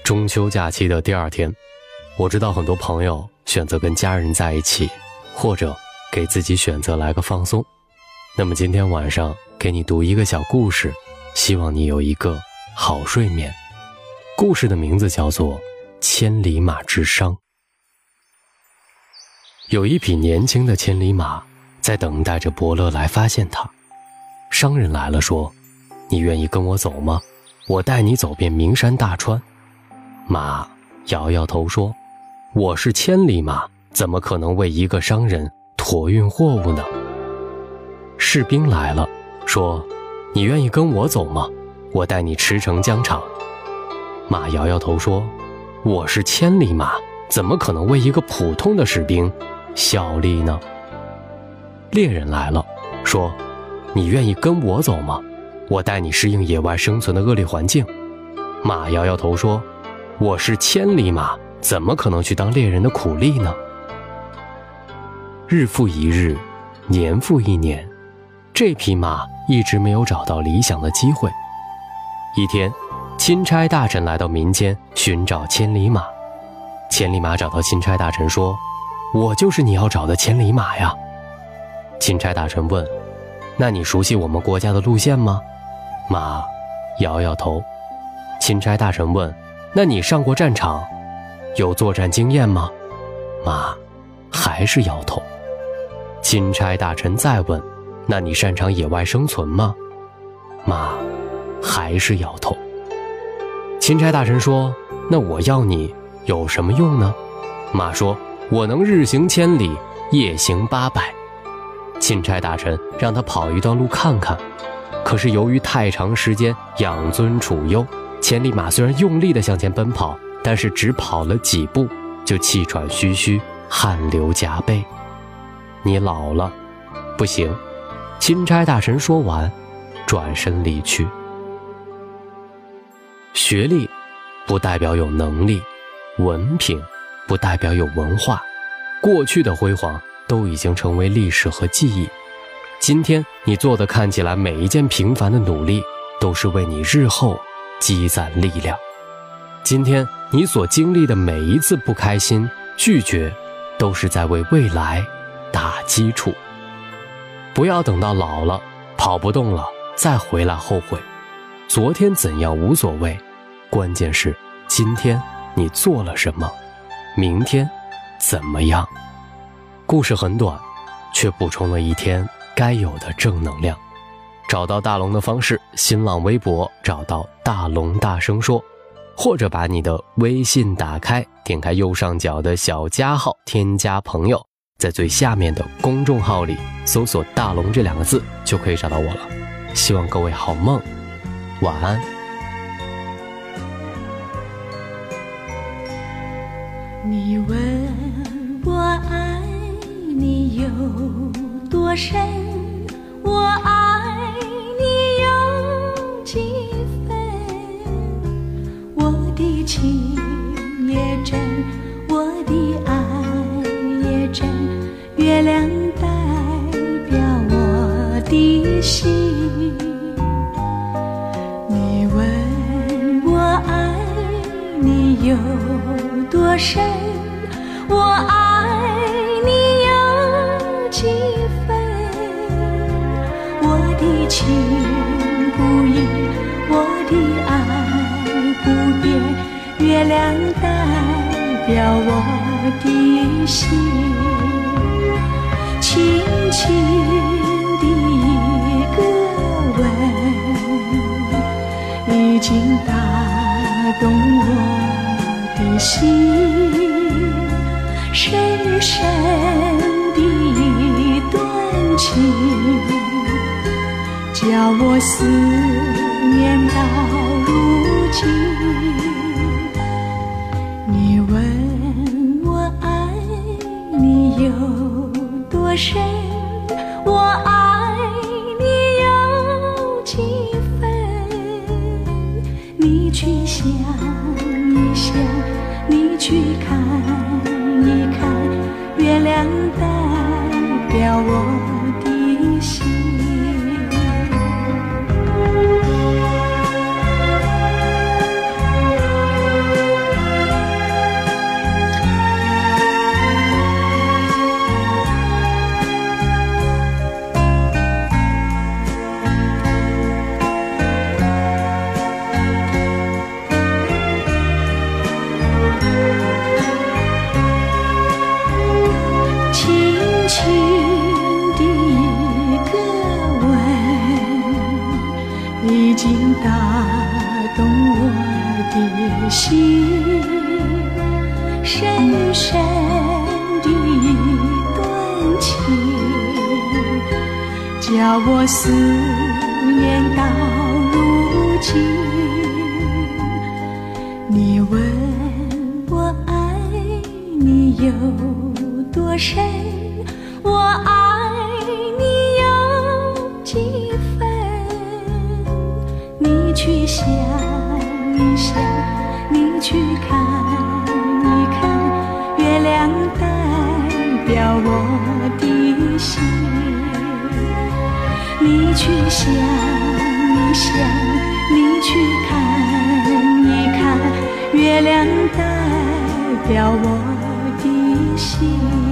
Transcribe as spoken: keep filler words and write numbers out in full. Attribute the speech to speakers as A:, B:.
A: 中秋假期的第二天，我知道很多朋友选择跟家人在一起，或者给自己选择来个放松。那么今天晚上给你读一个小故事，希望你有一个好睡眠。故事的名字叫做《千里马之伤》。有一匹年轻的千里马在等待着伯乐来发现它。商人来了，说：你愿意跟我走吗？我带你走遍名山大川。马摇摇头说：我是千里马，怎么可能为一个商人驮运货物呢？士兵来了，说：你愿意跟我走吗？我带你驰骋疆场。马摇摇头说：我是千里马，怎么可能为一个普通的士兵效力呢？猎人来了，说：你愿意跟我走吗？我带你适应野外生存的恶劣环境。马摇摇头说：我是千里马，怎么可能去当猎人的苦力呢？日复一日，年复一年，这匹马一直没有找到理想的机会。一天，钦差大臣来到民间寻找千里马。千里马找到钦差大臣说：我就是你要找的千里马呀。钦差大臣问：那你熟悉我们国家的路线吗？马摇摇头。钦差大臣问：那你上过战场，有作战经验吗？马还是摇头。钦差大臣再问：那你擅长野外生存吗？马还是摇头。钦差大臣说：那我要你有什么用呢？马说：我能日行千里，夜行八百。钦差大臣让他跑一段路看看，可是由于太长时间养尊处优，千里马虽然用力地向前奔跑，但是只跑了几步就气喘吁吁，汗流浃背。你老了，不行。钦差大臣说完，转身离去。学历不代表有能力，文凭不代表有文化，过去的辉煌都已经成为历史和记忆。今天你做的看起来每一件平凡的努力，都是为你日后积攒力量。今天你所经历的每一次不开心、拒绝，都是在为未来打基础。不要等到老了，跑不动了，再回来后悔。昨天怎样无所谓，关键是今天你做了什么，明天怎么样。故事很短，却补充了一天该有的正能量。找到大龙的方式：新浪微博找到大龙大声说，或者把你的微信打开，点开右上角的小加号，添加朋友，在最下面的公众号里搜索大龙这两个字，就可以找到我了。希望各位好梦，晚安。
B: 你问我爱你有多深，我爱你有几分，我的情也真，我的爱也真，月亮代表我的心。你问我爱你有多深，我爱你有几分，我的情不移，我的爱不变，月亮代表我的心。轻轻的一个吻，已经打动我的心，深深的一段情，叫我思念到如今。你问我爱你有多深，我爱你有几分，你去想一想，你去看一看，月亮代表我的心。 的心，深深的一段情，叫我思念到如今。你问我爱你有多深，我爱你有几分？你去想一想，你去看一看，月亮代表我的心。你去想一想，你去看一看，月亮代表我的心。